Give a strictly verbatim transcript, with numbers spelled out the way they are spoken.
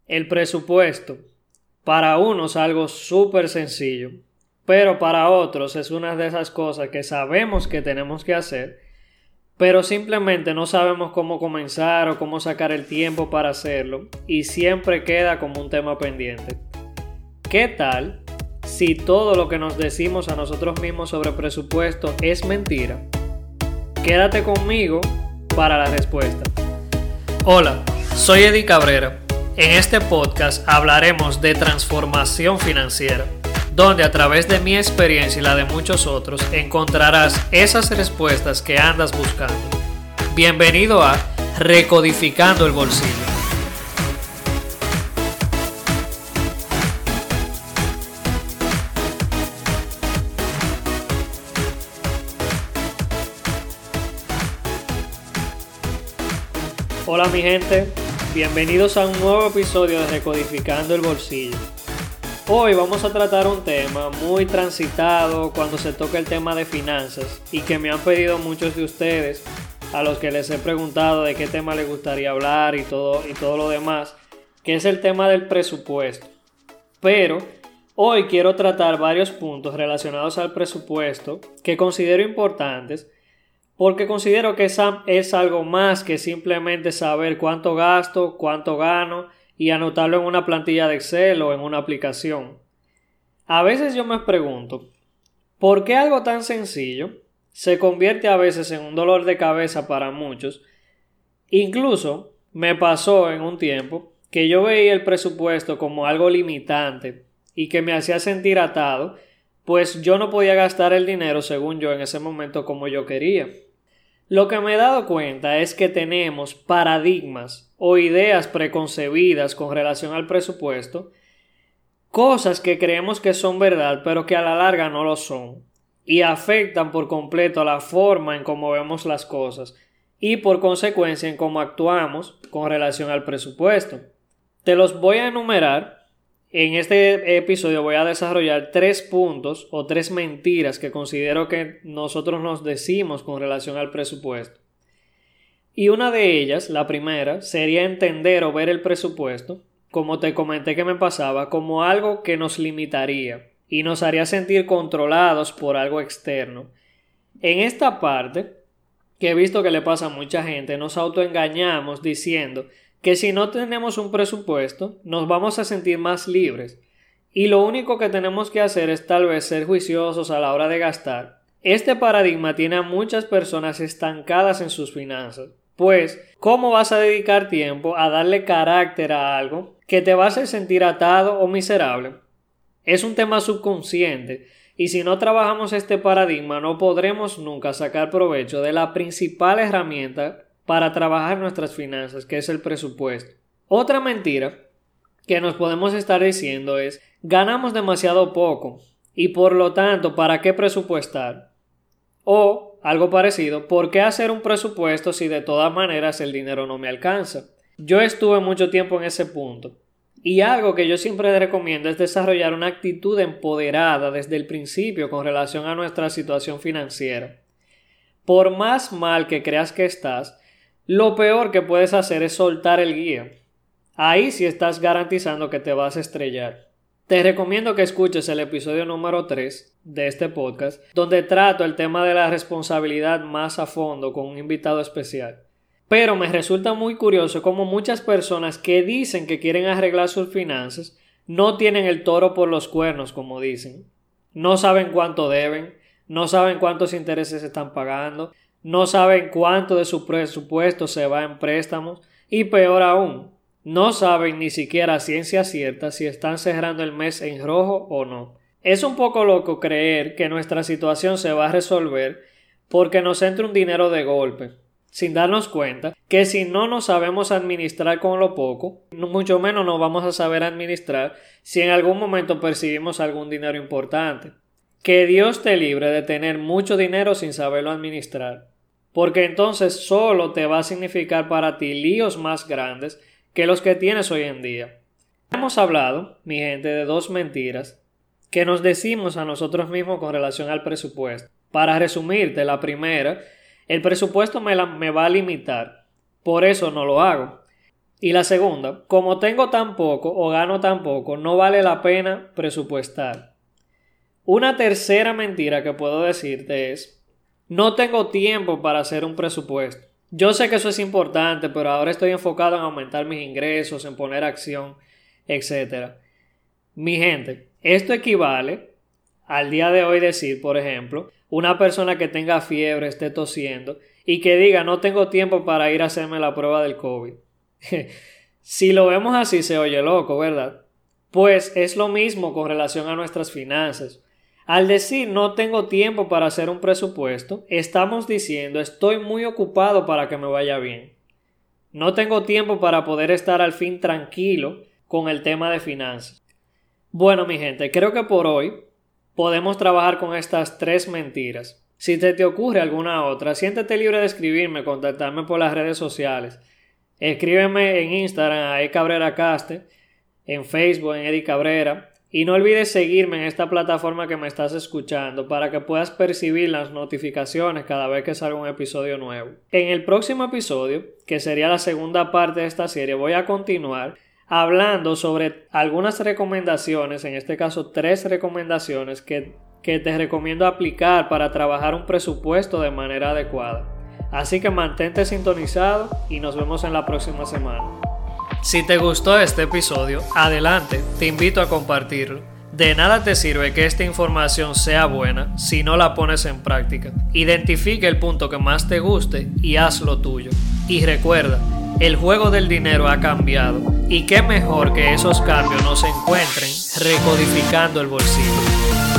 El presupuesto, para unos es algo súper sencillo, pero para otros es una de esas cosas que sabemos que tenemos que hacer, pero simplemente no sabemos cómo comenzar o cómo sacar el tiempo para hacerlo y siempre queda como un tema pendiente. ¿Qué tal si todo lo que nos decimos a nosotros mismos sobre presupuesto es mentira? Quédate conmigo para la respuesta. Hola, soy Eddie Cabrera. En este podcast hablaremos de transformación financiera, donde a través de mi experiencia y la de muchos otros encontrarás esas respuestas que andas buscando. Bienvenido a Recodificando el Bolsillo. Hola mi gente, bienvenidos a un nuevo episodio de Recodificando el Bolsillo. Hoy vamos a tratar un tema muy transitado cuando se toca el tema de finanzas y que me han pedido muchos de ustedes, a los que les he preguntado de qué tema les gustaría hablar y todo, y todo lo demás, que es el tema del presupuesto. Pero hoy quiero tratar varios puntos relacionados al presupuesto que considero importantes, porque considero que es algo más que simplemente saber cuánto gasto, cuánto gano y anotarlo en una plantilla de Excel o en una aplicación. A veces yo me pregunto, ¿por qué algo tan sencillo se convierte a veces en un dolor de cabeza para muchos? Incluso me pasó en un tiempo que yo veía el presupuesto como algo limitante y que me hacía sentir atado, pues yo no podía gastar el dinero según yo en ese momento como yo quería. Lo que me he dado cuenta es que tenemos paradigmas o ideas preconcebidas con relación al presupuesto, cosas que creemos que son verdad pero que a la larga no lo son y afectan por completo la forma en cómo vemos las cosas y por consecuencia en cómo actuamos con relación al presupuesto. Te los voy a enumerar. En este episodio voy a desarrollar tres puntos o tres mentiras que considero que nosotros nos decimos con relación al presupuesto. Y una de ellas, la primera, sería entender o ver el presupuesto, como te comenté que me pasaba, como algo que nos limitaría y nos haría sentir controlados por algo externo. En esta parte, que he visto que le pasa a mucha gente, nos autoengañamos diciendo que si no tenemos un presupuesto, nos vamos a sentir más libres y lo único que tenemos que hacer es tal vez ser juiciosos a la hora de gastar. Este paradigma tiene a muchas personas estancadas en sus finanzas, pues ¿cómo vas a dedicar tiempo a darle carácter a algo que te va a hacer sentir atado o miserable? Es un tema subconsciente y si no trabajamos este paradigma no podremos nunca sacar provecho de la principal herramienta para trabajar nuestras finanzas, que es el presupuesto. Otra mentira que nos podemos estar diciendo es: ganamos demasiado poco y por lo tanto, ¿para qué presupuestar? O algo parecido, ¿por qué hacer un presupuesto si de todas maneras el dinero no me alcanza? Yo estuve mucho tiempo en ese punto y algo que yo siempre recomiendo es desarrollar una actitud empoderada desde el principio con relación a nuestra situación financiera. Por más mal que creas que estás, lo peor que puedes hacer es soltar el guía. Ahí sí estás garantizando que te vas a estrellar. Te recomiendo que escuches el episodio número tres de este podcast, donde trato el tema de la responsabilidad más a fondo con un invitado especial. Pero me resulta muy curioso cómo muchas personas que dicen que quieren arreglar sus finanzas no tienen el toro por los cuernos, como dicen. No saben cuánto deben, no saben cuántos intereses están pagando, no saben cuánto de su presupuesto se va en préstamos y peor aún, no saben ni siquiera a ciencia cierta si están cerrando el mes en rojo o no. Es un poco loco creer que nuestra situación se va a resolver porque nos entre un dinero de golpe, sin darnos cuenta que si no nos sabemos administrar con lo poco, mucho menos nos vamos a saber administrar si en algún momento percibimos algún dinero importante. Que Dios te libre de tener mucho dinero sin saberlo administrar, porque entonces solo te va a significar para ti líos más grandes que los que tienes hoy en día. Hemos hablado, mi gente, de dos mentiras que nos decimos a nosotros mismos con relación al presupuesto. Para resumirte, la primera, el presupuesto me, la, me va a limitar, por eso no lo hago. Y la segunda, como tengo tan poco o gano tan poco, no vale la pena presupuestar. Una tercera mentira que puedo decirte es, no tengo tiempo para hacer un presupuesto. Yo sé que eso es importante, pero ahora estoy enfocado en aumentar mis ingresos, en poner acción, etcétera. Mi gente, esto equivale al día de hoy decir, por ejemplo, una persona que tenga fiebre, esté tosiendo y que diga no tengo tiempo para ir a hacerme la prueba del COVID. Si lo vemos así se oye loco, ¿verdad? Pues es lo mismo con relación a nuestras finanzas. Al decir no tengo tiempo para hacer un presupuesto, estamos diciendo estoy muy ocupado para que me vaya bien. No tengo tiempo para poder estar al fin tranquilo con el tema de finanzas. Bueno, mi gente, creo que por hoy podemos trabajar con estas tres mentiras. Si te, te ocurre alguna otra, siéntete libre de escribirme, contactarme por las redes sociales. Escríbeme en Instagram a eCabreraCaste, en Facebook en Eddie Cabrera. Y no olvides seguirme en esta plataforma que me estás escuchando para que puedas percibir las notificaciones cada vez que salga un episodio nuevo. En el próximo episodio, que sería la segunda parte de esta serie, voy a continuar hablando sobre algunas recomendaciones, en este caso tres recomendaciones que, que te recomiendo aplicar para trabajar un presupuesto de manera adecuada. Así que mantente sintonizado y nos vemos en la próxima semana. Si te gustó este episodio, adelante, te invito a compartirlo. De nada te sirve que esta información sea buena si no la pones en práctica. Identifica el punto que más te guste y hazlo tuyo. Y recuerda, el juego del dinero ha cambiado y qué mejor que esos cambios no se encuentren recodificando el bolsillo.